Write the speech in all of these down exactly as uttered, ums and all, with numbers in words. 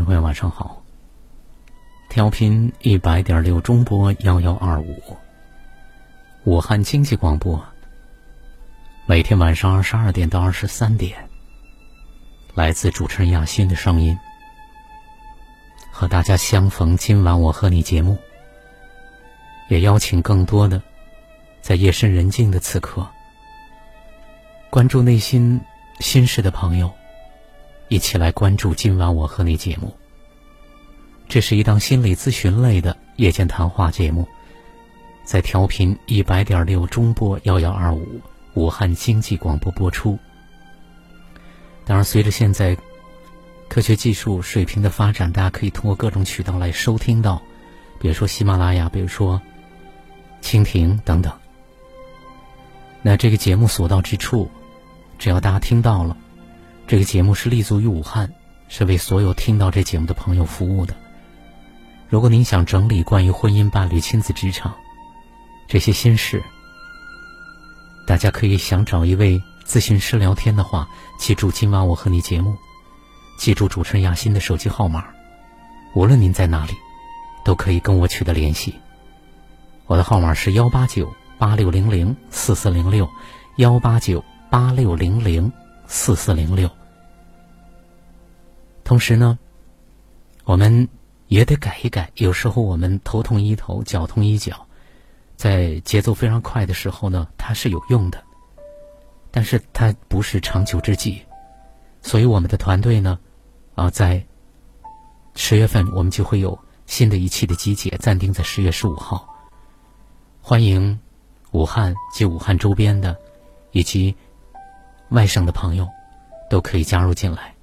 朋友晚上好，调频一百点六中波幺幺二五，武汉经济广播，每天晚上二十二点到二十三点，来自主持人亚欣的声音，和大家相逢。今晚我和你节目，也邀请更多的在夜深人静的此刻，关注内心心事的朋友，一起来关注今晚我和你节目。这是一档心理咨询类的夜间谈话节目，在调频一百点六中波幺幺二五武汉经济广播播出。当然，随着现在科学技术水平的发展，大家可以通过各种渠道来收听到，比如说喜马拉雅，比如说蜻蜓等等。那这个节目所到之处，只要大家听到了，这个节目是立足于武汉，是为所有听到这节目的朋友服务的。如果您想整理关于婚姻、伴侣、亲子、职场这些心事，大家可以想找一位咨询师聊天的话，记住今晚我和你节目，记住主持人亚欣的手机号码，无论您在哪里都可以跟我取得联系。我的号码是幺八九八六零零四四零六，幺八九八六零零四四零六。同时呢，我们也得改一改，有时候我们头痛医头，脚痛医脚，在节奏非常快的时候呢，它是有用的，但是它不是长久之计。所以我们的团队呢，啊，在十月份我们就会有新的一期的集结，暂定在十月十五号。欢迎武汉及武汉周边的以及外省的朋友都可以加入进来。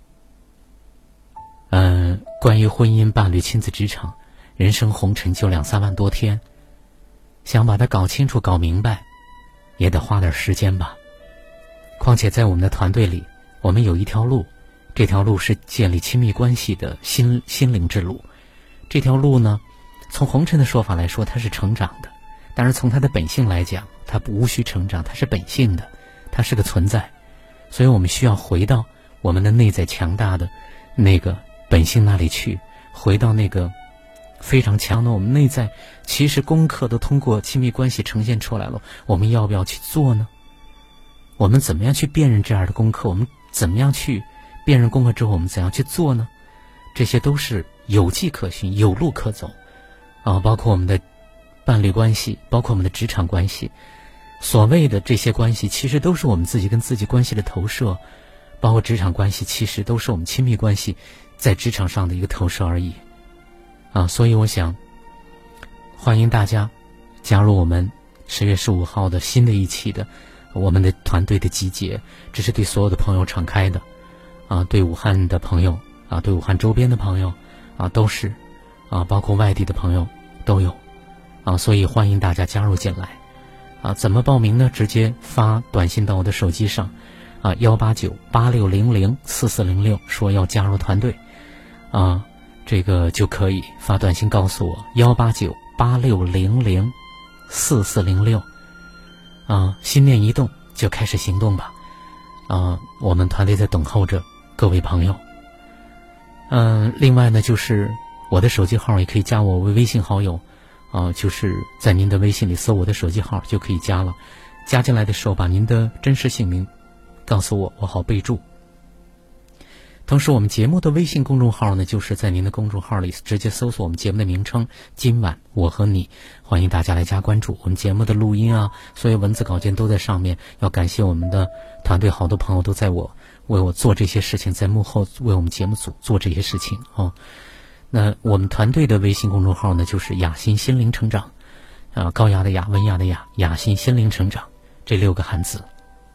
嗯、呃，关于婚姻、伴侣、亲子、职场，人生红尘就两三万多天，想把它搞清楚、搞明白，也得花点时间吧。况且在我们的团队里，我们有一条路，这条路是建立亲密关系的心心灵之路。这条路呢，从红尘的说法来说，它是成长的，但是从它的本性来讲，它不无需成长，它是本性的，它是个存在。所以我们需要回到我们的内在强大的那个本性那里去，回到那个非常强的我们内在。其实功课都通过亲密关系呈现出来了，我们要不要去做呢？我们怎么样去辨认这样的功课？我们怎么样去辨认功课之后，我们怎样去做呢？这些都是有迹可循，有路可走啊！包括我们的伴侣关系，包括我们的职场关系，所谓的这些关系，其实都是我们自己跟自己关系的投射。包括职场关系，其实都是我们亲密关系在职场上的一个投射而已啊！所以我想欢迎大家加入我们十月十五号的新的一期的我们的团队的集结，这是对所有的朋友敞开的啊，对武汉的朋友啊，对武汉周边的朋友啊，都是啊，包括外地的朋友都有啊，所以欢迎大家加入进来啊！怎么报名呢？直接发短信到我的手机上啊，幺八九八六零零四四零六，说要加入团队啊，这个就可以发短信告诉我，幺八九八六零零四四零六啊，心念一动就开始行动吧啊！我们团队在等候着各位朋友。嗯、呃，另外呢，就是我的手机号也可以加我为微信好友啊，就是在您的微信里搜我的手机号就可以加了。加进来的时候，把您的真实姓名告诉我，我好备注。同时我们节目的微信公众号呢，就是在您的公众号里直接搜索我们节目的名称，今晚我和你，欢迎大家来加关注。我们节目的录音啊，所有文字稿件都在上面。要感谢我们的团队，好多朋友都在我为我做这些事情，在幕后为我们节目组做这些事情哦。那我们团队的微信公众号呢，就是雅欣心灵成长啊，高雅的雅，文雅的雅，雅欣心灵成长这六个汉字。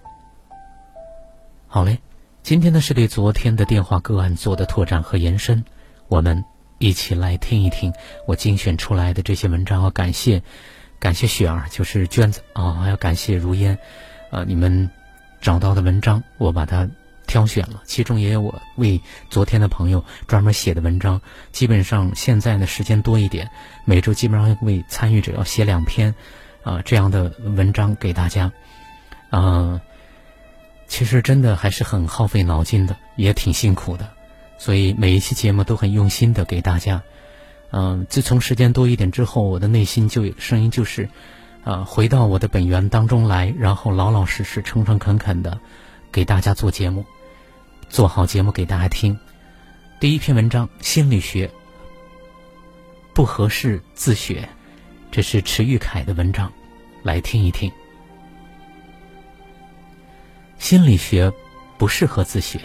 好嘞，今天呢是对昨天的电话个案做的拓展和延伸，我们一起来听一听我精选出来的这些文章。要感谢感谢雪儿，就是娟子啊，还要感谢如烟啊，你们找到的文章我把它挑选了，其中也有我为昨天的朋友专门写的文章。基本上现在呢时间多一点，每周基本上为参与者要写两篇啊这样的文章给大家啊。其实真的还是很耗费脑筋的，也挺辛苦的， 所以每一期节目都很用心的给大家。嗯、呃，自从时间多一点之后，我的内心就有声音，就是呃，回到我的本源当中来，然后老老实实、诚诚恳恳的给大家做节目，做好节目给大家听。第一篇文章，心理学不合适自学，这是池玉凯的文章，来听一听。心理学不适合自学，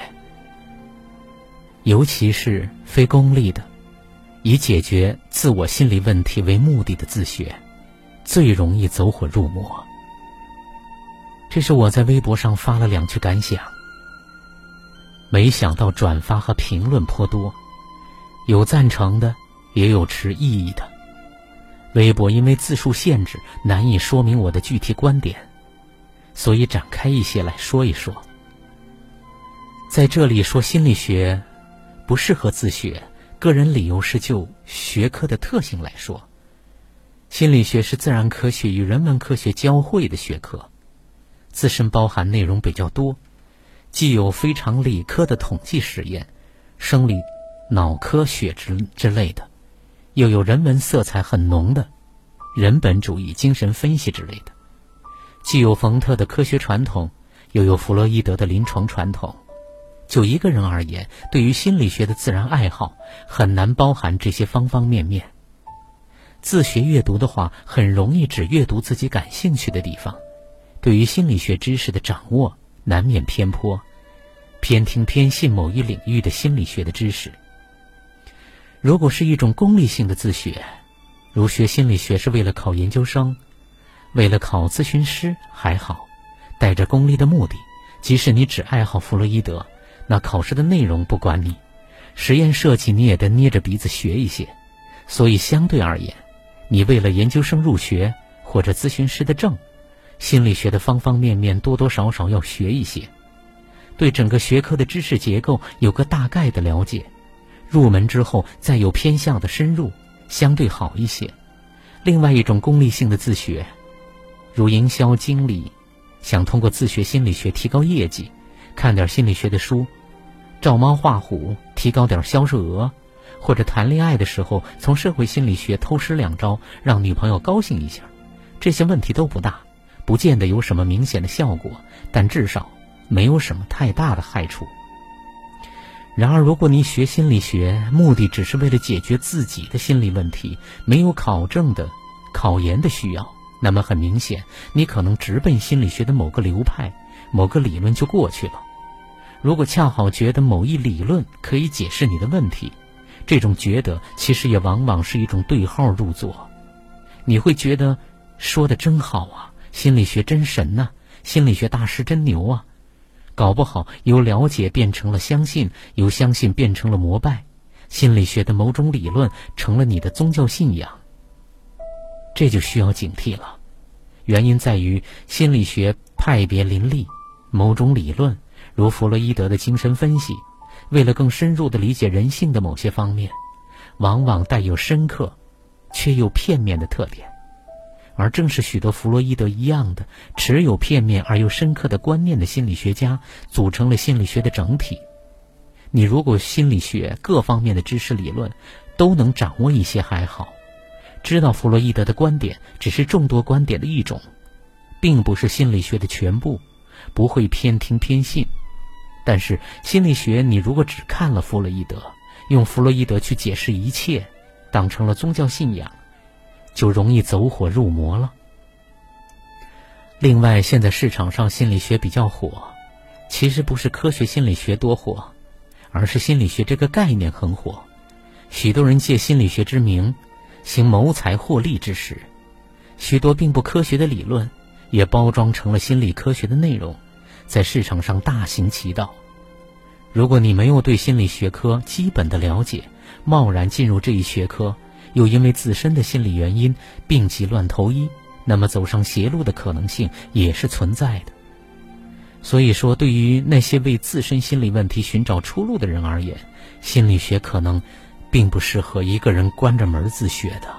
尤其是非功利的，以解决自我心理问题为目的的自学，最容易走火入魔。这是我在微博上发了两句感想，没想到转发和评论颇多，有赞成的，也有持异议的。微博因为字数限制，难以说明我的具体观点，所以展开一些来说一说。在这里说心理学不适合自学，个人理由是就学科的特性来说，心理学是自然科学与人文科学交汇的学科，自身包含内容比较多，既有非常理科的统计实验、生理、脑科学之之类的，又有人文色彩很浓的人本主义、精神分析之类的，既有冯特的科学传统，又有弗洛伊德的临床传统。就一个人而言，对于心理学的自然爱好很难包含这些方方面面。自学阅读的话，很容易只阅读自己感兴趣的地方，对于心理学知识的掌握难免偏颇，偏听偏信某一领域的心理学的知识。如果是一种功利性的自学，如学心理学是为了考研究生，为了考咨询师还好，带着功利的目的，即使你只爱好弗洛伊德，那考试的内容不管你，实验设计你也得捏着鼻子学一些。所以相对而言，你为了研究生入学或者咨询师的证，心理学的方方面面多多少少要学一些，对整个学科的知识结构有个大概的了解，入门之后再有偏向的深入，相对好一些。另外一种功利性的自学，如营销经理，想通过自学心理学提高业绩，看点心理学的书，照猫画虎提高点销售额，或者谈恋爱的时候从社会心理学偷师两招，让女朋友高兴一下，这些问题都不大，不见得有什么明显的效果，但至少没有什么太大的害处。然而如果你学心理学目的只是为了解决自己的心理问题，没有考证的考研的需要，那么很明显你可能直奔心理学的某个流派某个理论就过去了。如果恰好觉得某一理论可以解释你的问题，这种觉得其实也往往是一种对号入座，你会觉得说的真好啊，心理学真神啊，心理学大师真牛啊。搞不好由了解变成了相信，由相信变成了膜拜，心理学的某种理论成了你的宗教信仰。这就需要警惕了，原因在于心理学派别林立，某种理论如弗洛伊德的精神分析，为了更深入地理解人性的某些方面，往往带有深刻却又片面的特点，而正是许多弗洛伊德一样的持有片面而又深刻的观念的心理学家，组成了心理学的整体。你如果心理学各方面的知识理论都能掌握一些还好，知道弗洛伊德的观点只是众多观点的一种，并不是心理学的全部，不会偏听偏信。但是心理学你如果只看了弗洛伊德，用弗洛伊德去解释一切，当成了宗教信仰，就容易走火入魔了。另外，现在市场上心理学比较火，其实不是科学心理学多火，而是心理学这个概念很火。许多人借心理学之名行谋财获利之实，许多并不科学的理论也包装成了心理科学的内容，在市场上大行其道。如果你没有对心理学科基本的了解，贸然进入这一学科，又因为自身的心理原因病急乱投医，那么走上邪路的可能性也是存在的。所以说，对于那些为自身心理问题寻找出路的人而言，心理学可能并不适合一个人关着门自学的。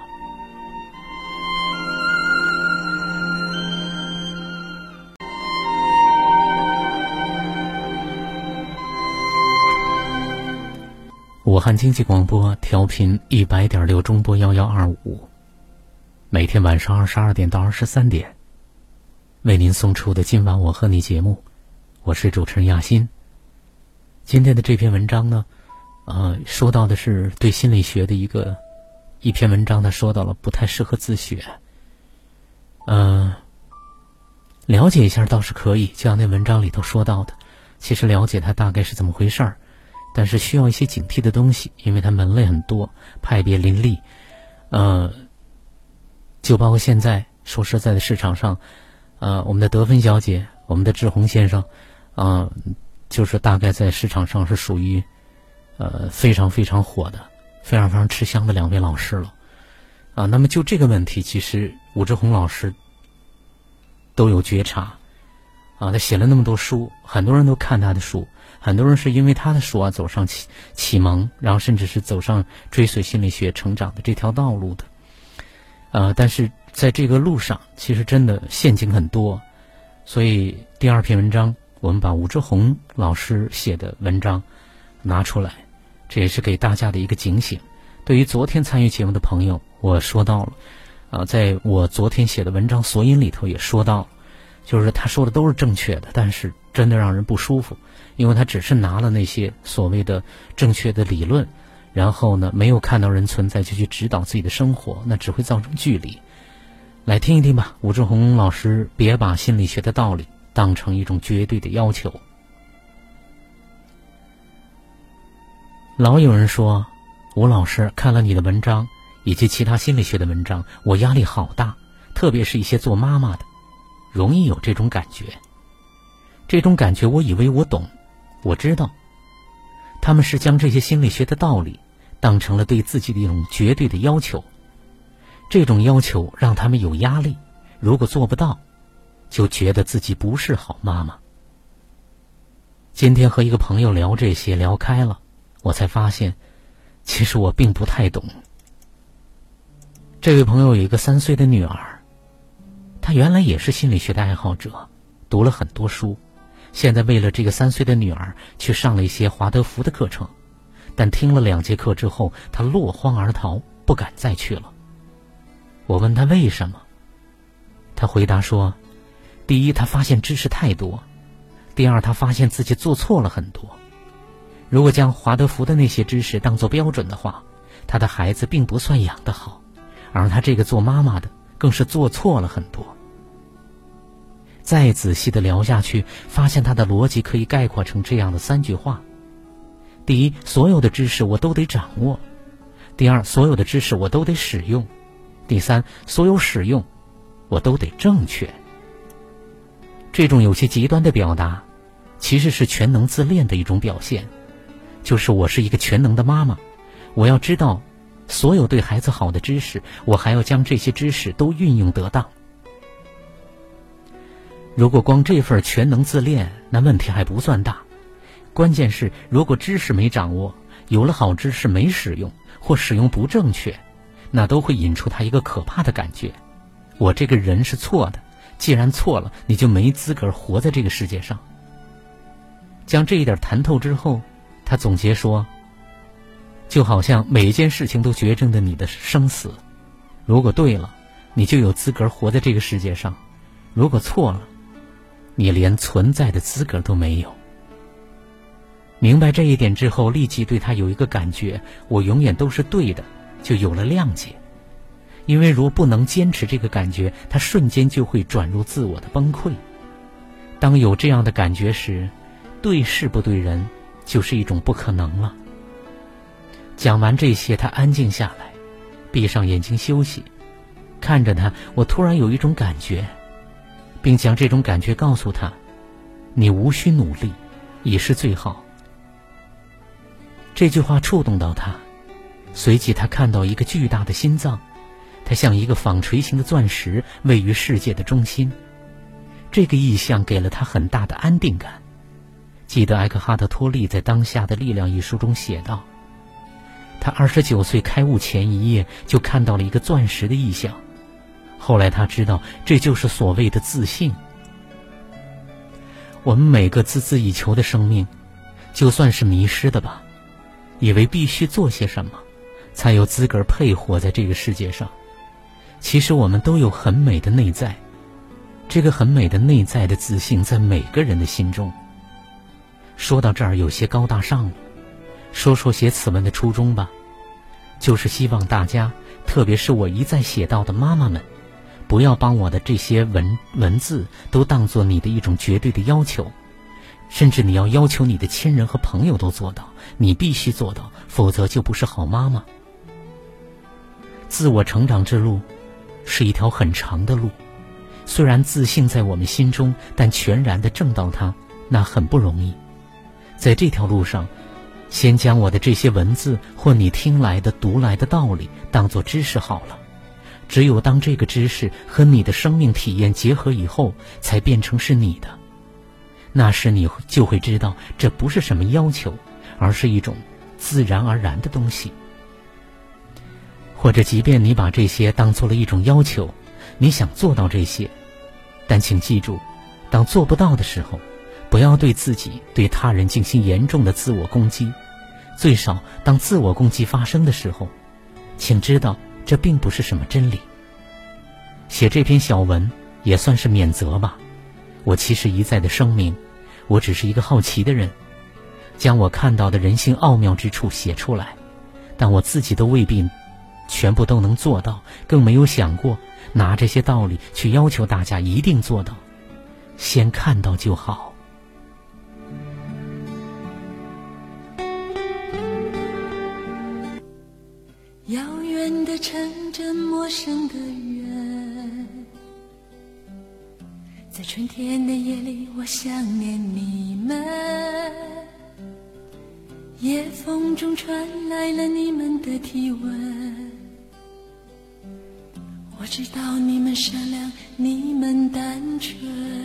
武汉经济广播调频一百点六中波幺幺二五，每天晚上二十二点到二十三点，为您送出的今晚我和你节目，我是主持人亚欣。今天的这篇文章呢，呃，说到的是对心理学的一个一篇文章呢，说到了不太适合自学。嗯、呃，了解一下倒是可以，就像那文章里头说到的，其实了解它大概是怎么回事儿。但是需要一些警惕的东西，因为它门类很多，派别林立，呃，就包括现在说实在的市场上，呃，我们的得分小姐，我们的志宏先生，啊、呃，就是大概在市场上是属于，呃，非常非常火的，非常非常吃香的两位老师了，啊、呃，那么就这个问题，其实武志红老师都有觉察，啊，他写了那么多书，很多人都看他的书。很多人是因为他的书啊走上启启蒙，然后甚至是走上追随心理学成长的这条道路的，呃，但是在这个路上，其实真的陷阱很多，所以第二篇文章我们把武志红老师写的文章拿出来，这也是给大家的一个警醒。对于昨天参与节目的朋友，我说到了，啊、呃，在我昨天写的文章索引里头也说到了，就是他说的都是正确的，但是真的让人不舒服。因为他只是拿了那些所谓的正确的理论，然后呢，没有看到人存在就去指导自己的生活，那只会造成距离。来听一听吧，武志红老师别把心理学的道理当成一种绝对的要求。老有人说，吴老师看了你的文章以及其他心理学的文章，我压力好大，特别是一些做妈妈的，容易有这种感觉。这种感觉我以为我懂，我知道，他们是将这些心理学的道理当成了对自己的一种绝对的要求，这种要求让他们有压力，如果做不到，就觉得自己不是好妈妈。今天和一个朋友聊这些，聊开了，我才发现，其实我并不太懂。这位朋友有一个三岁的女儿，她原来也是心理学的爱好者，读了很多书。现在为了这个三岁的女儿去上了一些华德福的课程，但听了两节课之后，她落荒而逃，不敢再去了。我问她为什么，她回答说，第一，她发现知识太多；第二，她发现自己做错了很多。如果将华德福的那些知识当作标准的话，她的孩子并不算养得好，而她这个做妈妈的更是做错了很多。再仔细的聊下去，发现他的逻辑可以概括成这样的三句话：第一，所有的知识我都得掌握；第二，所有的知识我都得使用；第三，所有使用我都得正确。这种有些极端的表达，其实是全能自恋的一种表现，就是我是一个全能的妈妈，我要知道所有对孩子好的知识，我还要将这些知识都运用得当。如果光这份全能自恋，那问题还不算大，关键是如果知识没掌握，有了好知识没使用，或使用不正确，那都会引出他一个可怕的感觉，我这个人是错的，既然错了，你就没资格活在这个世界上。将这一点谈透之后，他总结说，就好像每一件事情都决定着你的生死，如果对了，你就有资格活在这个世界上，如果错了，你连存在的资格都没有。明白这一点之后，立即对他有一个感觉，我永远都是对的，就有了谅解。因为如不能坚持这个感觉，他瞬间就会转入自我的崩溃。当有这样的感觉时，对事不对人就是一种不可能了。讲完这些，他安静下来，闭上眼睛休息。看着他，我突然有一种感觉，并将这种感觉告诉他，你无需努力，已是最好。这句话触动到他，随即他看到一个巨大的心脏，它像一个纺锤形的钻石，位于世界的中心。这个意象给了他很大的安定感。记得埃克哈特·托利在《当下的力量》一书中写道，他二十九岁开悟前一夜就看到了一个钻石的意象，后来他知道这就是所谓的自信。我们每个孜孜以求的生命，就算是迷失的吧， 以为必须做些什么，才有资格配活在这个世界上。其实我们都有很美的内在，这个很美的内在的自信在每个人的心中。说到这儿有些高大上了，说说写此文的初衷吧，就是希望大家，特别是我一再写到的妈妈们，不要把我的这些文文字都当作你的一种绝对的要求，甚至你要要求你的亲人和朋友都做到，你必须做到，否则就不是好妈妈。自我成长之路是一条很长的路，虽然自信在我们心中，但全然的证到它，那很不容易。在这条路上，先将我的这些文字或你听来的读来的道理当作知识好了。只有当这个知识和你的生命体验结合以后，才变成是你的。那时你就会知道，这不是什么要求，而是一种自然而然的东西。或者即便你把这些当作了一种要求，你想做到这些，但请记住，当做不到的时候，不要对自己对他人进行严重的自我攻击。最少当自我攻击发生的时候，请知道这并不是什么真理。写这篇小文也算是免责吧。我其实一再的声明，我只是一个好奇的人，将我看到的人性奥妙之处写出来，但我自己都未必全部都能做到，更没有想过拿这些道理去要求大家一定做到，先看到就好。 遥远的城镇，陌生的人，在春天的夜里，我想念你们。夜风中传来了你们的体温，我知道你们善良，你们单纯。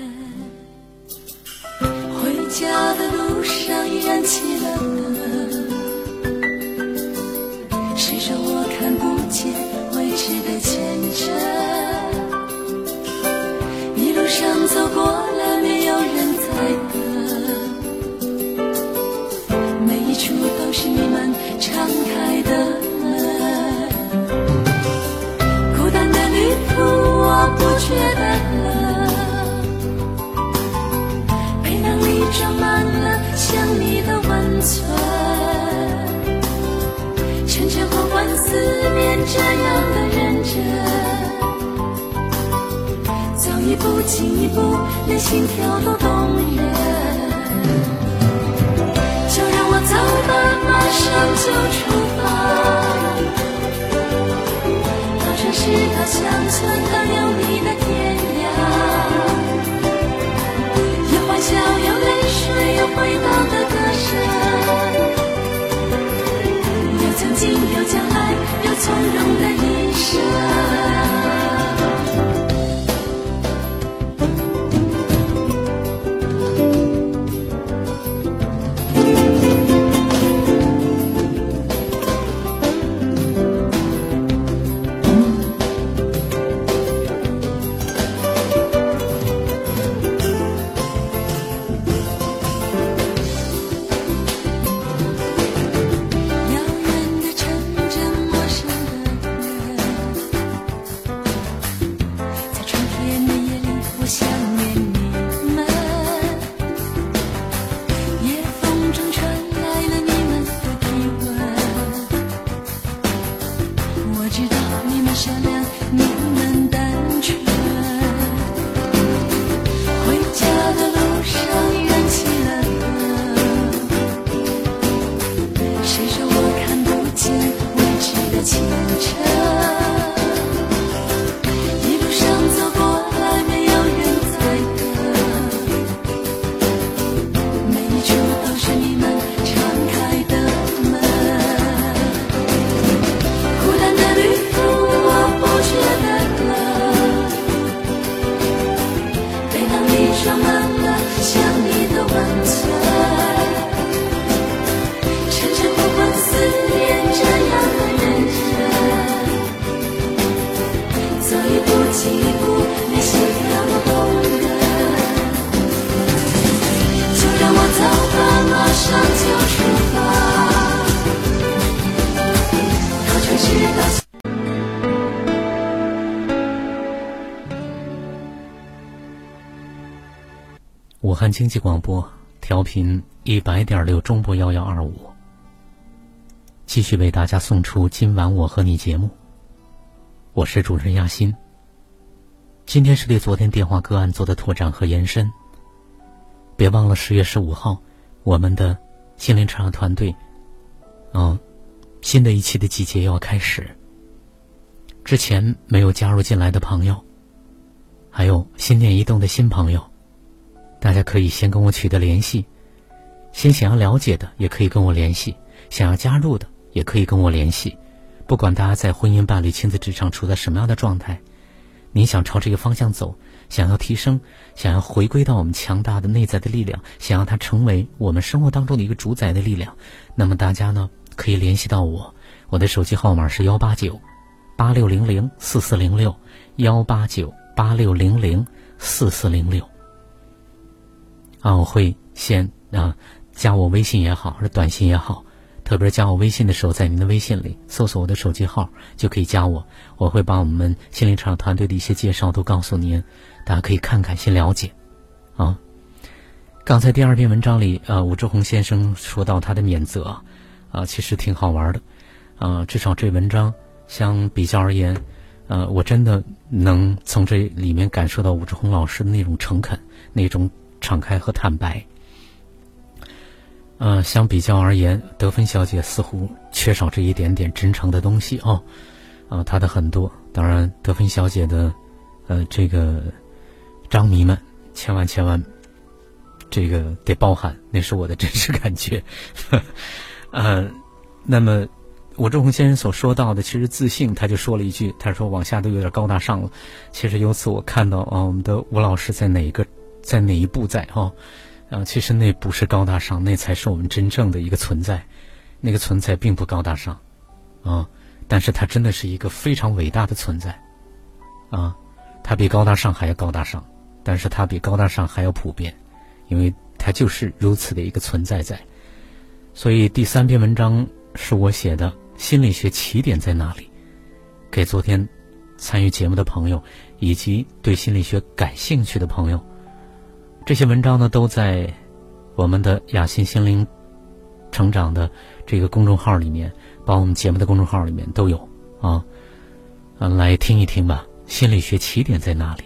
回家的路上依然起了灯，谁说我看不见未知的前程？一路上走过了，没有人在等，每一处都是你们敞开的门。孤单的旅途我不觉得冷，背囊里装满了想你的温存。晨晨缓缓思念这样的认真，走一步进一步，连心跳都动人。就让我走吧，马上就出发，到城市到乡村到有你的天涯，有欢笑有泪水有回报的歌声，曾经有将来有从容的一生。 武汉经济广播调频一百点六中波幺幺二五，继续为大家送出今晚我和你节目，我是主持人亚欣。今天是对昨天电话个案做的拓展和延伸。别忘了十月十五号，我们的心灵成长团队，嗯，新的一期的季节要开始。之前没有加入进来的朋友，还有心念移动的新朋友，大家可以先跟我取得联系，先想要了解的也可以跟我联系，想要加入的也可以跟我联系。不管大家在婚姻、伴侣、亲子、职场处在什么样的状态，您想朝这个方向走，想要提升，想要回归到我们强大的内在的力量，想要它成为我们生活当中的一个主宰的力量，那么大家呢可以联系到我，我的手机号码是幺八九八六零零四四零六，幺八九八六零零四四零六。啊，我会先啊加我微信也好，或者短信也好，特别是加我微信的时候，在您的微信里搜索我的手机号就可以加我，我会把我们心灵成长团队的一些介绍都告诉您，大家可以看看，先了解。啊，刚才第二篇文章里，呃，武志红先生说到他的免责，啊，其实挺好玩的，啊，至少这文章相比较而言，呃，我真的能从这里面感受到武志红老师的那种诚恳，那种敞开和坦白。呃，相比较而言，德芬小姐似乎缺少这一点点真诚的东西哦。啊、呃，她的很多，当然德芬小姐的，呃，这个张迷们，千万千万，这个得包涵，那是我的真实感觉。呃，那么武志红先生所说到的，其实自信，他就说了一句，他说往下都有点高大上了。其实由此我看到啊，我们的吴老师在哪一个，在哪一步在哈。啊，其实那不是高大上，那才是我们真正的一个存在。那个存在并不高大上，啊，但是它真的是一个非常伟大的存在，啊，它比高大上还要高大上，但是它比高大上还要普遍，因为它就是如此的一个存在在。所以第三篇文章是我写的，心理学起点在哪里？给昨天参与节目的朋友，以及对心理学感兴趣的朋友。这些文章呢，都在我们的雅欣心灵成长的这个公众号里面，包括我们节目的公众号里面都有啊，啊，来听一听吧。心理学起点在哪里？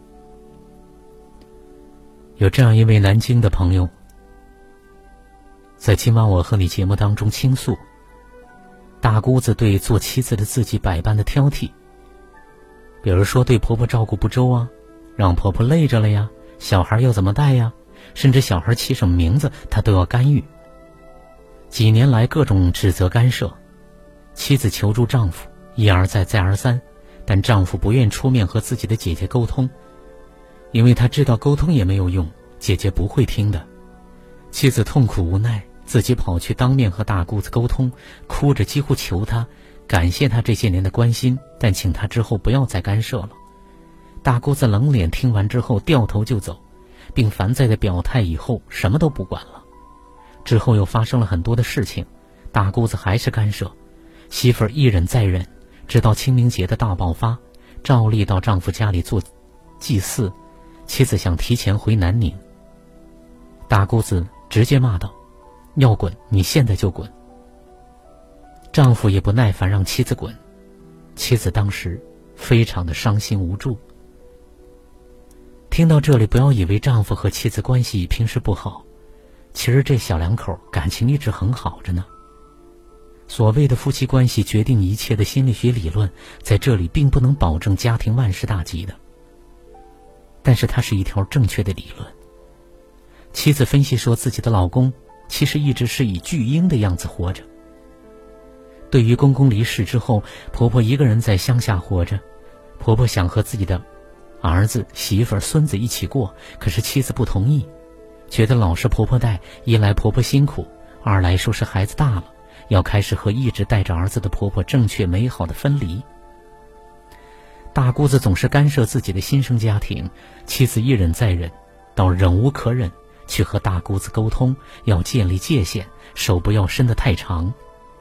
有这样一位南京的朋友，在今晚我和你节目当中倾诉，大姑子对做妻子的自己百般的挑剔，比如说对婆婆照顾不周啊，让婆婆累着了呀，小孩要怎么带呀？甚至小孩起什么名字，他都要干预。几年来各种指责干涉，妻子求助丈夫，一而再再而三，但丈夫不愿出面和自己的姐姐沟通，因为他知道沟通也没有用，姐姐不会听的。妻子痛苦无奈，自己跑去当面和大姑子沟通，哭着几乎求他，感谢他这些年的关心，但请他之后不要再干涉了。大姑子冷脸听完之后掉头就走，并烦在的表态以后什么都不管了。之后又发生了很多的事情，大姑子还是干涉，媳妇儿一忍再忍，直到清明节的大爆发，照例到丈夫家里做祭祀，妻子想提前回南宁，大姑子直接骂道：要滚你现在就滚。丈夫也不耐烦让妻子滚，妻子当时非常的伤心无助。听到这里，不要以为丈夫和妻子关系平时不好，其实这小两口感情一直很好着呢。所谓的夫妻关系决定一切的心理学理论，在这里并不能保证家庭万事大吉的，但是它是一条正确的理论。妻子分析说，自己的老公其实一直是以巨婴的样子活着。对于公公离世之后，婆婆一个人在乡下活着，婆婆想和自己的儿子、媳妇儿、孙子一起过，可是妻子不同意，觉得老是婆婆带，一来婆婆辛苦，二来说是孩子大了，要开始和一直带着儿子的婆婆正确美好的分离。大姑子总是干涉自己的新生家庭，妻子一忍再忍，到忍无可忍，去和大姑子沟通，要建立界限，手不要伸得太长。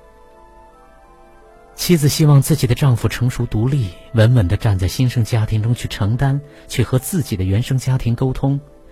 妻子希望自己的丈夫成熟独立，稳稳地站在新生家庭中去承担，去和自己的原生家庭沟通，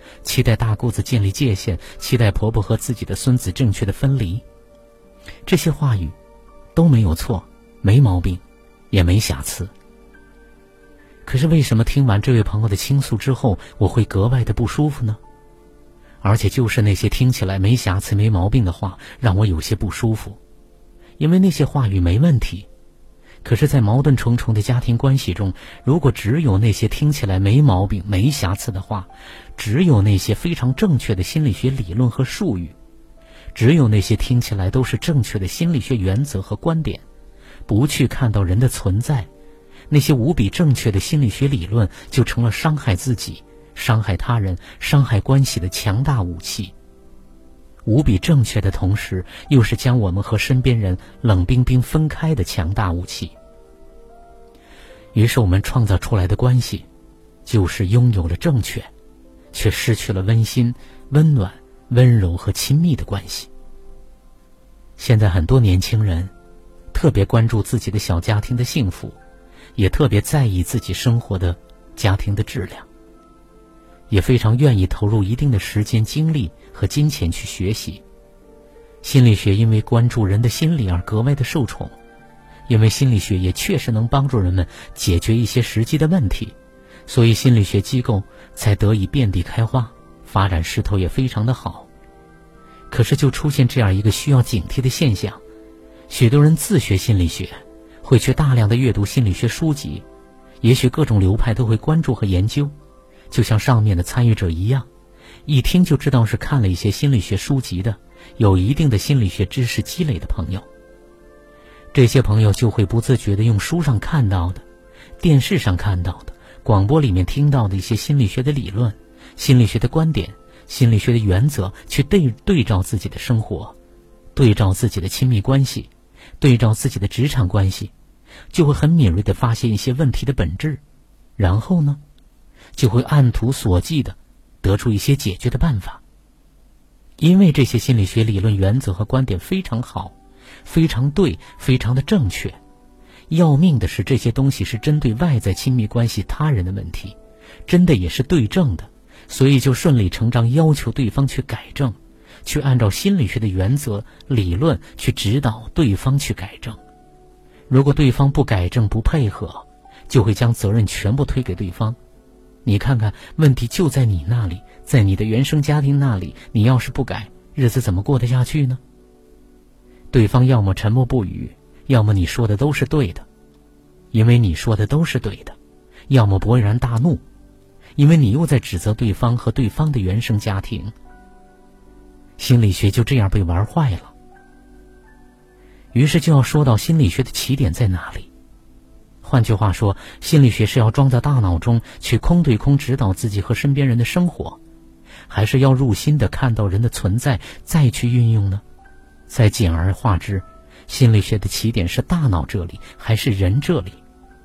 期待大姑子建立界限，期待婆婆和自己的孙子正确的分离。这些话语都没有错，没毛病，也没瑕疵。可是为什么听完这位朋友的倾诉之后，我会格外的不舒服呢？而且就是那些听起来没瑕疵没毛病的话，让我有些不舒服。因为那些话语没问题，可是在矛盾重重的家庭关系中，如果只有那些听起来没毛病没瑕疵的话，只有那些非常正确的心理学理论和术语，只有那些听起来都是正确的心理学原则和观点，不去看到人的存在，那些无比正确的心理学理论就成了伤害自己、伤害他人、伤害关系的强大武器。无比正确的同时，又是将我们和身边人冷冰冰分开的强大武器。于是我们创造出来的关系，就是拥有了正确，却失去了温馨、温暖、温柔和亲密的关系。现在很多年轻人特别关注自己的小家庭的幸福，也特别在意自己生活的家庭的质量，也非常愿意投入一定的时间、精力和金钱去学习。心理学因为关注人的心理而格外的受宠，因为心理学也确实能帮助人们解决一些实际的问题，所以心理学机构才得以遍地开花，发展势头也非常的好。可是就出现这样一个需要警惕的现象，许多人自学心理学，会去大量的阅读心理学书籍，也许各种流派都会关注和研究，就像上面的参与者一样，一听就知道是看了一些心理学书籍的，有一定的心理学知识积累的朋友。这些朋友就会不自觉地用书上看到的、电视上看到的、广播里面听到的一些心理学的理论、心理学的观点、心理学的原则，去对对照自己的生活，对照自己的亲密关系，对照自己的职场关系，就会很敏锐地发现一些问题的本质，然后呢，就会按图索骥地得出一些解决的办法。因为这些心理学理论原则和观点非常好，非常对，非常的正确。要命的是，这些东西是针对外在亲密关系他人的问题，真的也是对症的，所以就顺理成章要求对方去改正，去按照心理学的原则理论去指导对方去改正。如果对方不改正不配合，就会将责任全部推给对方。你看看，问题就在你那里，在你的原生家庭那里，你要是不改，日子怎么过得下去呢？对方要么沉默不语，要么你说的都是对的，因为你说的都是对的，要么勃然大怒，因为你又在指责对方和对方的原生家庭。心理学就这样被玩坏了。于是就要说到心理学的起点在哪里。换句话说，心理学是要装在大脑中去空对空指导自己和身边人的生活，还是要入心地看到人的存在再去运用呢？再简而化之，心理学的起点是大脑这里还是人这里？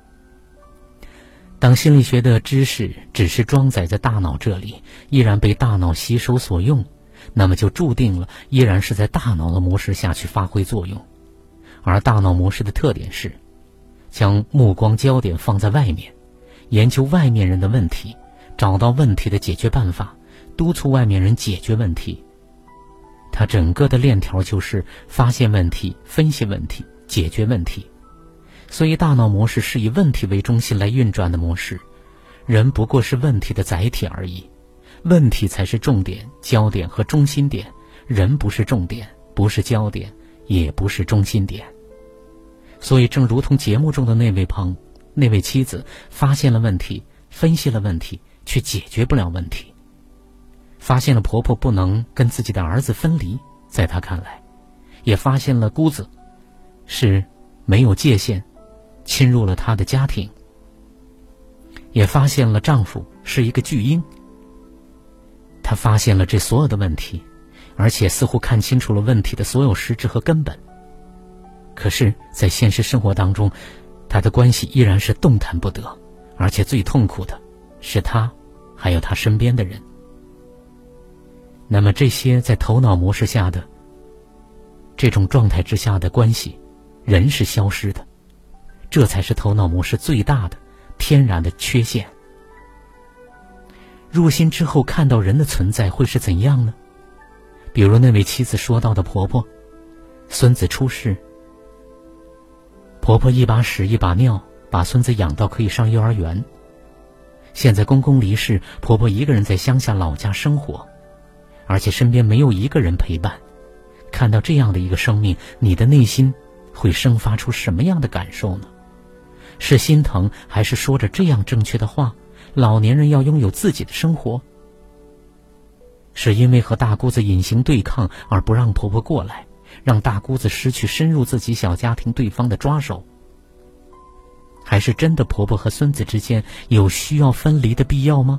当心理学的知识只是装载在大脑这里，依然被大脑吸收所用，那么就注定了依然是在大脑的模式下去发挥作用。而大脑模式的特点是将目光焦点放在外面，研究外面人的问题，找到问题的解决办法，督促外面人解决问题。它整个的链条就是发现问题、分析问题、解决问题。所以大脑模式是以问题为中心来运转的模式，人不过是问题的载体而已，问题才是重点、焦点和中心点，人不是重点，不是焦点，也不是中心点。所以正如同节目中的那位朋那位妻子发现了问题，分析了问题，却解决不了问题，发现了婆婆不能跟自己的儿子分离，在她看来，也发现了姑子是没有界限侵入了她的家庭，也发现了丈夫是一个巨婴。她发现了这所有的问题，而且似乎看清楚了问题的所有实质和根本。可是在现实生活当中，她的关系依然是动弹不得，而且最痛苦的是她还有她身边的人。那么这些在头脑模式下的这种状态之下的关系，人是消失的，这才是头脑模式最大的天然的缺陷。 入心之后看到人的存在会是怎样呢？比如那位妻子说到的婆婆，孙子出世，婆婆一把屎一把尿把孙子养到可以上幼儿园。现在公公离世，婆婆一个人在乡下老家生活，而且身边没有一个人陪伴。看到这样的一个生命，你的内心会生发出什么样的感受呢？是心疼，还是说着这样正确的话，老年人要拥有自己的生活？是因为和大姑子隐形对抗而不让婆婆过来，让大姑子失去深入自己小家庭对方的抓手？还是真的婆婆和孙子之间有需要分离的必要吗？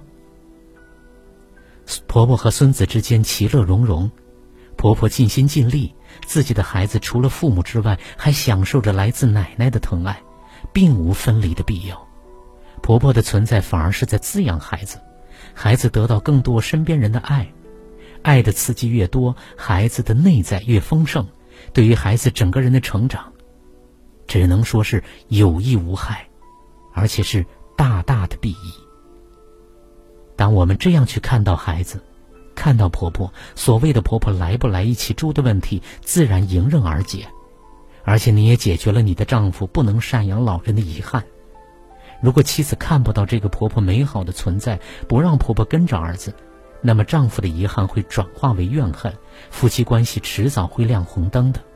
婆婆和孙子之间其乐融融，婆婆尽心尽力，自己的孩子除了父母之外还享受着来自奶奶的疼爱，并无分离的必要。婆婆的存在反而是在滋养孩子，孩子得到更多身边人的爱，爱的刺激越多，孩子的内在越丰盛，对于孩子整个人的成长只能说是有益无害，而且是大大的裨益。当我们这样去看到孩子，看到婆婆，所谓的婆婆来不来一起住的问题自然迎刃而解，而且你也解决了你的丈夫不能赡养老人的遗憾。如果妻子看不到这个婆婆美好的存在，不让婆婆跟着儿子，那么丈夫的遗憾会转化为怨恨，夫妻关系迟早会亮红灯的。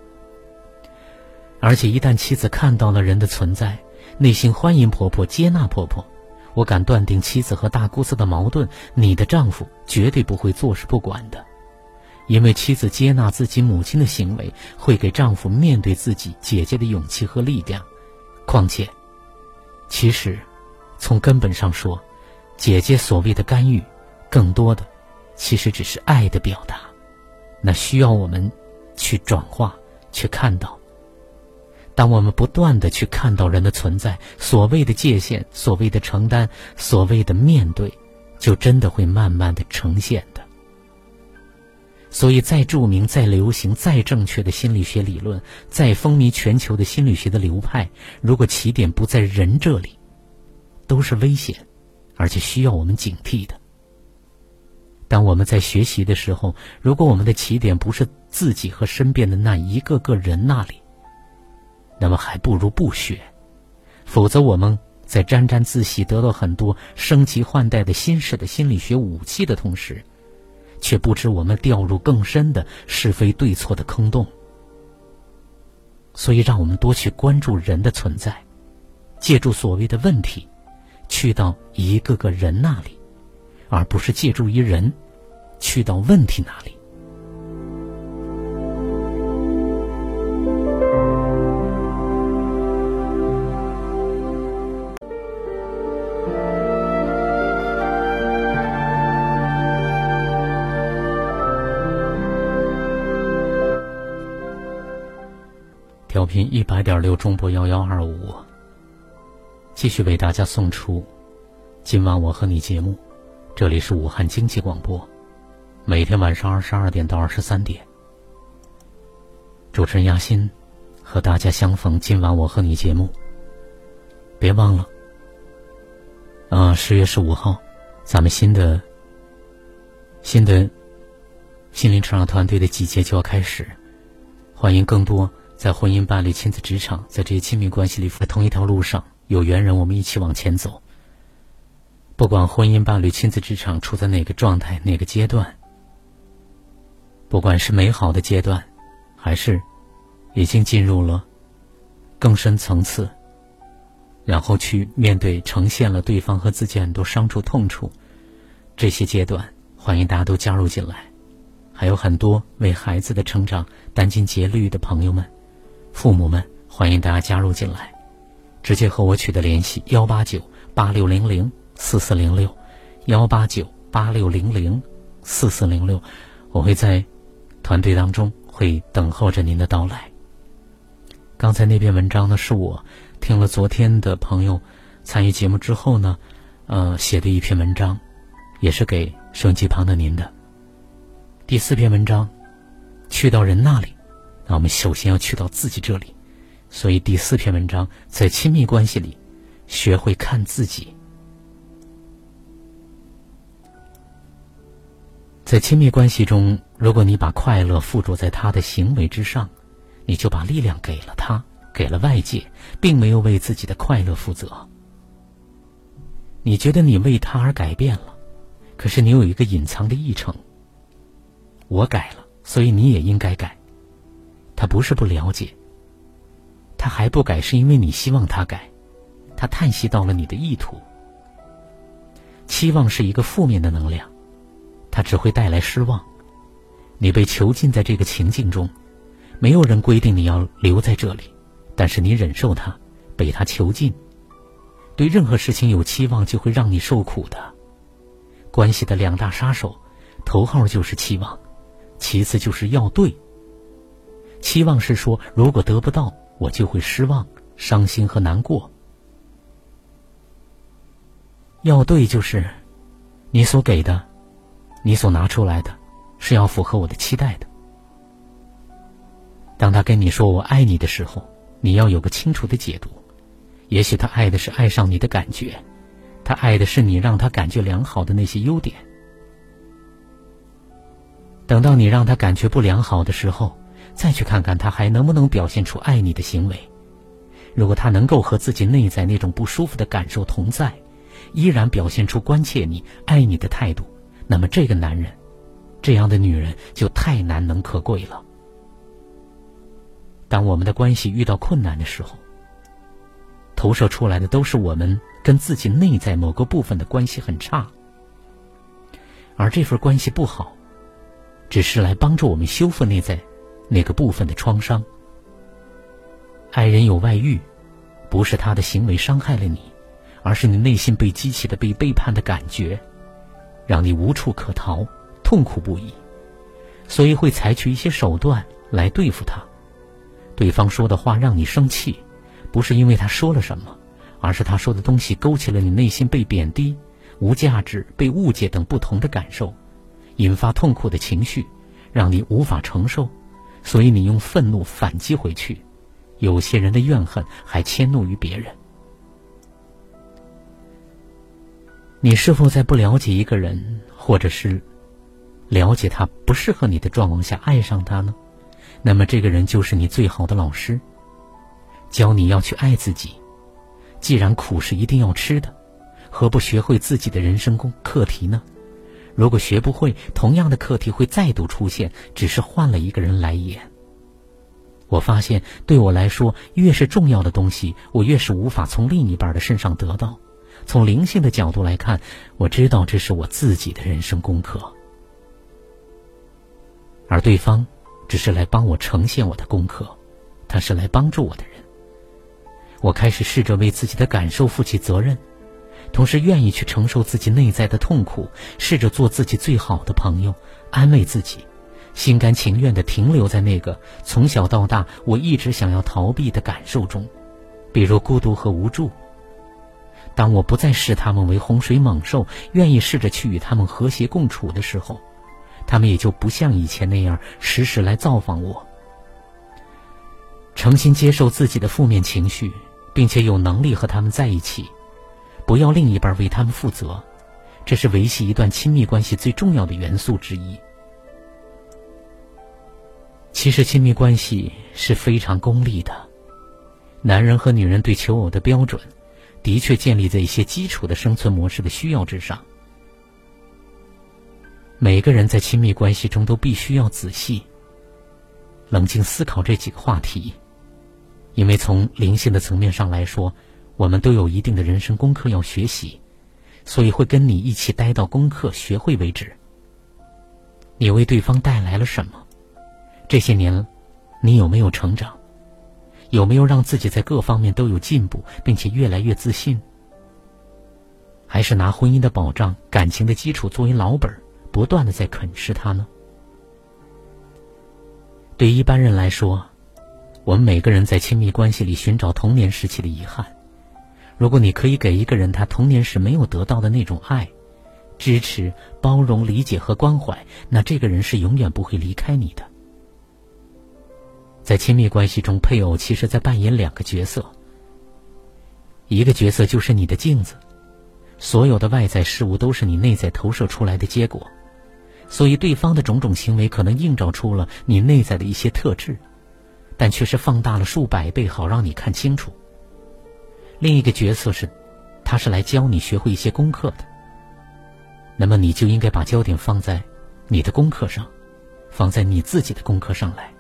而且一旦妻子看到了人的存在，内心欢迎婆婆，接纳婆婆，我敢断定妻子和大姑子的矛盾，你的丈夫绝对不会坐视不管的。因为妻子接纳自己母亲的行为，会给丈夫面对自己姐姐的勇气和力量。况且其实从根本上说，姐姐所谓的干预更多的其实只是爱的表达，那需要我们去转化，去看到。当我们不断地去看到人的存在，所谓的界限，所谓的承担，所谓的面对，就真的会慢慢地呈现的。所以再著名、再流行、再正确的心理学理论，再风靡全球的心理学的流派，如果起点不在人这里，都是危险，而且需要我们警惕的。当我们在学习的时候，如果我们的起点不是自己和身边的那一个个人那里，那么还不如不学，否则我们在沾沾自喜得到很多升级换代的新式的心理学武器的同时，却不知我们掉入更深的是非对错的坑洞。所以让我们多去关注人的存在，借助所谓的问题去到一个个人那里，而不是借助于人去到问题那里。调频一百点六中波幺幺二五，继续为大家送出今晚我和你节目。这里是武汉经济广播，每天晚上二十二点到二十三点，主持人亚欣和大家相逢今晚我和你节目。别忘了啊，十月十五号咱们新的新的心灵成长团队的集结就要开始，欢迎更多在婚姻伴侣亲子职场，在这些亲密关系里在同一条路上有缘人，我们一起往前走。不管婚姻伴侣亲子职场处在哪个状态哪个阶段，不管是美好的阶段，还是已经进入了更深层次，然后去面对呈现了对方和自己很多伤处痛处，这些阶段欢迎大家都加入进来。还有很多为孩子的成长殚精竭虑的朋友们，父母们，欢迎大家加入进来，直接和我取得联系，幺八九八六零零四四零六，幺八九八六零零四四零六，我会在团队当中会等候着您的到来。刚才那篇文章呢，是我听了昨天的朋友参与节目之后呢，呃，写的一篇文章，也是给收音机旁的您的。第四篇文章，去到人那里，那我们首先要去到自己这里。所以第四篇文章，在亲密关系里学会看自己。 在亲密关系中，如果你把快乐附着在他的行为之上，你就把力量给了他，给了外界，并没有为自己的快乐负责。你觉得你为他而改变了，可是你有一个隐藏的议程：我改了，所以你也应该改。他不是不了解，他还不改是因为你希望他改，他叹息到了你的意图。期望是一个负面的能量，它只会带来失望。你被囚禁在这个情境中，没有人规定你要留在这里，但是你忍受它，被它囚禁。对任何事情有期望就会让你受苦的。关系的两大杀手，头号就是期望，其次就是要对。期望是说，如果得不到，我就会失望、伤心和难过。要对就是你所给的，你所拿出来的是要符合我的期待的。当他跟你说我爱你的时候，你要有个清楚的解读。也许他爱的是爱上你的感觉，他爱的是你让他感觉良好的那些优点。等到你让他感觉不良好的时候，再去看看他还能不能表现出爱你的行为。如果他能够和自己内在那种不舒服的感受同在，依然表现出关切你、爱你的态度，那么这个男人，这样的女人就太难能可贵了。当我们的关系遇到困难的时候，投射出来的都是我们跟自己内在某个部分的关系很差，而这份关系不好，只是来帮助我们修复内在那个部分的创伤。爱人有外遇，不是他的行为伤害了你，而是你内心被激起的被背叛的感觉，让你无处可逃，痛苦不已，所以会采取一些手段来对付他。对方说的话让你生气，不是因为他说了什么，而是他说的东西勾起了你内心被贬低、无价值、被误解等不同的感受，引发痛苦的情绪，让你无法承受，所以你用愤怒反击回去。有些人的怨恨还迁怒于别人。你是否在不了解一个人，或者是了解他不适合你的状况下爱上他呢？那么这个人就是你最好的老师，教你要去爱自己。既然苦是一定要吃的，何不学会自己的人生功课题呢？如果学不会，同样的课题会再度出现，只是换了一个人来演。我发现对我来说，越是重要的东西，我越是无法从另一半的身上得到。从灵性的角度来看，我知道这是我自己的人生功课，而对方只是来帮我呈现我的功课，他是来帮助我的人。我开始试着为自己的感受负起责任，同时愿意去承受自己内在的痛苦，试着做自己最好的朋友，安慰自己，心甘情愿地停留在那个从小到大我一直想要逃避的感受中，比如孤独和无助。当我不再视他们为洪水猛兽，愿意试着去与他们和谐共处的时候，他们也就不像以前那样时时来造访我。诚心接受自己的负面情绪，并且有能力和他们在一起，不要另一半为他们负责，这是维系一段亲密关系最重要的元素之一。其实亲密关系是非常功利的，男人和女人对求偶的标准的确建立在一些基础的生存模式的需要之上。每个人在亲密关系中都必须要仔细冷静思考这几个话题，因为从灵性的层面上来说，我们都有一定的人生功课要学习，所以会跟你一起待到功课学会为止。你为对方带来了什么？这些年你有没有成长？有没有让自己在各方面都有进步，并且越来越自信？还是拿婚姻的保障、感情的基础作为老本，不断地在啃食它呢？对一般人来说，我们每个人在亲密关系里寻找童年时期的遗憾。如果你可以给一个人他童年时没有得到的那种爱、支持、包容、理解和关怀，那这个人是永远不会离开你的。在亲密关系中，配偶其实在扮演两个角色，一个角色就是你的镜子，所有的外在事物都是你内在投射出来的结果。 所以对方的种种行为可能映照出了你内在的一些特质，但却是放大了数百倍，好让你看清楚。另一个角色是，他是来教你学会一些功课的，那么你就应该把焦点放在你的功课上，放在你自己的功课上来。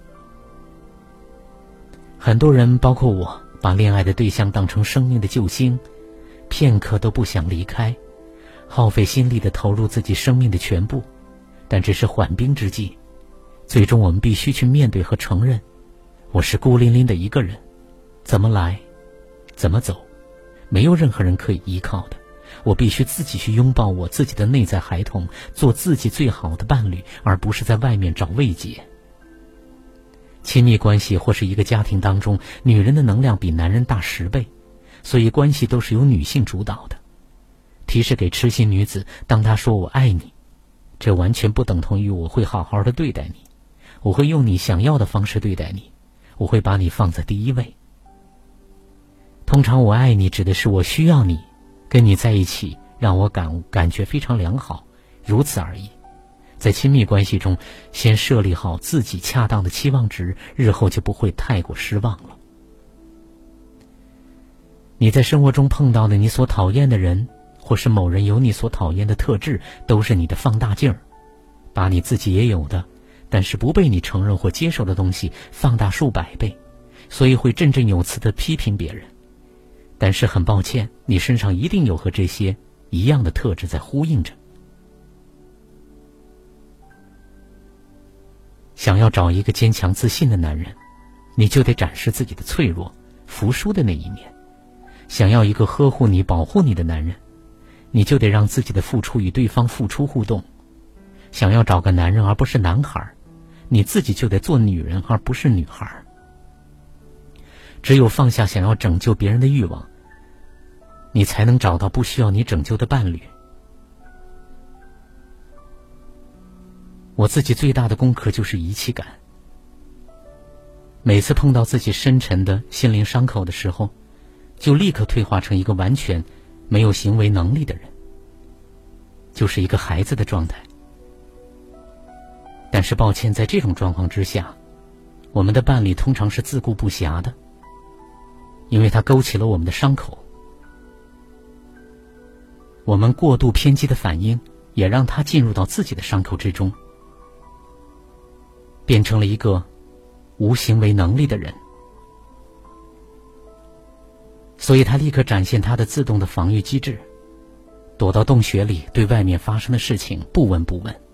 很多人包括我，把恋爱的对象当成生命的救星，片刻都不想离开，耗费心力地投入自己生命的全部，但这是缓兵之计。最终我们必须去面对和承认，我是孤零零的一个人，怎么来怎么走，没有任何人可以依靠的。我必须自己去拥抱我自己的内在孩童，做自己最好的伴侣，而不是在外面找慰藉。亲密关系或是一个家庭当中，女人的能量比男人大十倍，所以关系都是由女性主导的。提示给痴心女子，当她说我爱你，这完全不等同于我会好好的对待你，我会用你想要的方式对待你，我会把你放在第一位。通常我爱你指的是我需要你，跟你在一起让我感感觉非常良好，如此而已。在亲密关系中，先设立好自己恰当的期望值，日后就不会太过失望了。你在生活中碰到的你所讨厌的人，或是某人有你所讨厌的特质，都是你的放大镜儿，把你自己也有的，但是不被你承认或接受的东西放大数百倍，所以会振振有词地批评别人。但是很抱歉，你身上一定有和这些一样的特质在呼应着。想要找一个坚强自信的男人，你就得展示自己的脆弱、服输的那一面。想要一个呵护你、保护你的男人，你就得让自己的付出与对方付出互动。想要找个男人而不是男孩，你自己就得做女人而不是女孩。只有放下想要拯救别人的欲望，你才能找到不需要你拯救的伴侣。我自己最大的功课就是仪器感。每次碰到自己深沉的心灵伤口的时候，就立刻退化成一个完全没有行为能力的人，就是一个孩子的状态。但是抱歉，在这种状况之下，我们的伴侣通常是自顾不暇的，因为它勾起了我们的伤口。我们过度偏激的反应也让他进入到自己的伤口之中，变成了一个无行为能力的人。所以他立刻展现他的自动的防御机制，躲到洞穴里，对外面发生的事情不闻不问。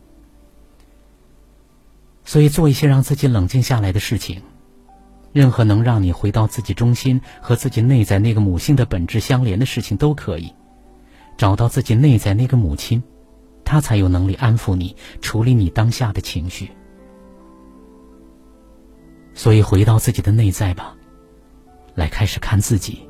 所以做一些让自己冷静下来的事情，任何能让你回到自己中心和自己内在那个母性的本质相连的事情都可以。找到自己内在那个母亲，她才有能力安抚你，处理你当下的情绪。所以回到自己的内在吧，来开始看自己。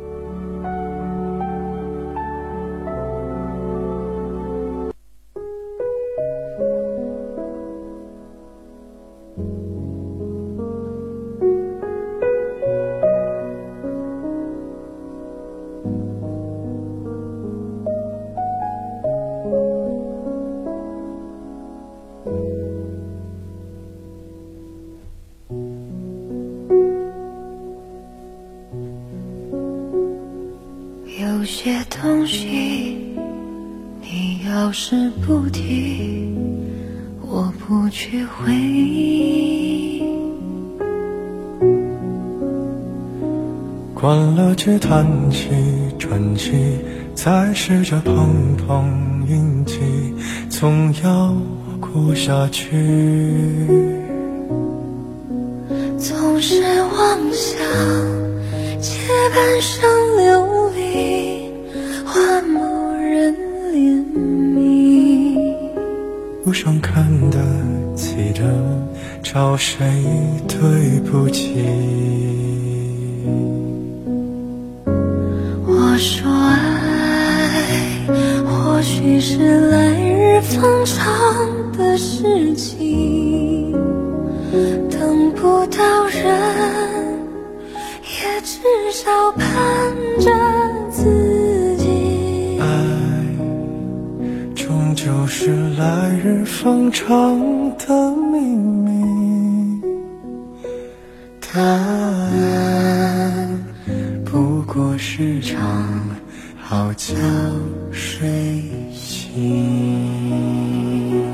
有些东西你要是不提，我不去回忆。 关了机叹气喘气，再试着碰碰运气，总要过下去。 总是妄想借半生流离，换某人怜悯。 路上看得起的，找谁对不起？ 我说爱，或许是来日方长的事情，等不到人，也至少盼着自己。 爱终究是是来日方长的秘密。答案不过是场好觉睡醒。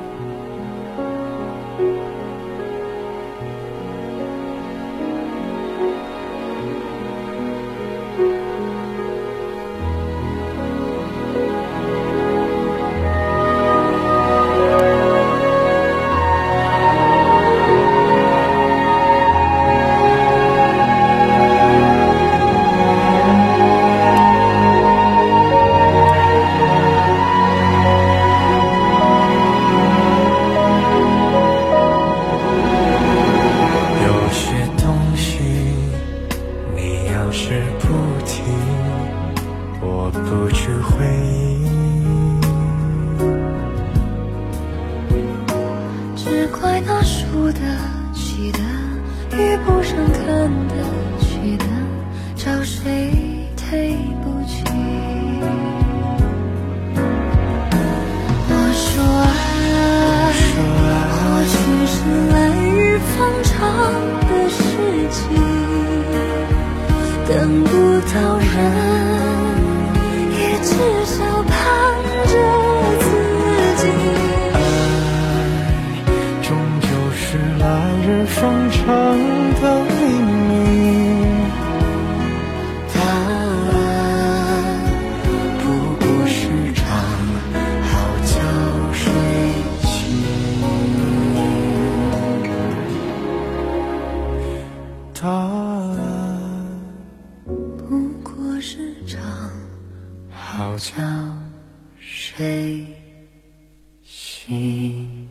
等不到人，也至少盼着自己。 爱终究是来日方长的秘密。答案不过是场好觉睡醒。答案是场好觉睡醒。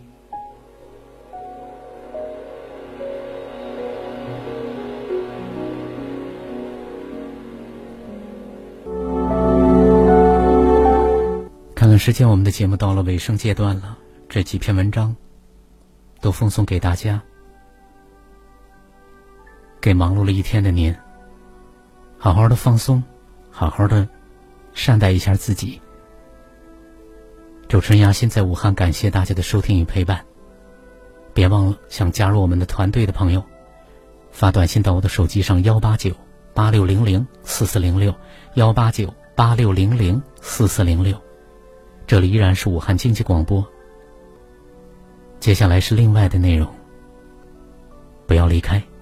看看时间，我们的节目到了尾声阶段了，这几篇文章都奉送给大家，给忙碌了一天的您，好好的放松，好好的善待一下自己。主持人亚欣在武汉，感谢大家的收听与陪伴。别忘了想加入我们的团队的朋友，发短信到我的手机上幺八九八六零零四四零六幺八九八六零零四四零六。这里依然是武汉经济广播。接下来是另外的内容，不要离开。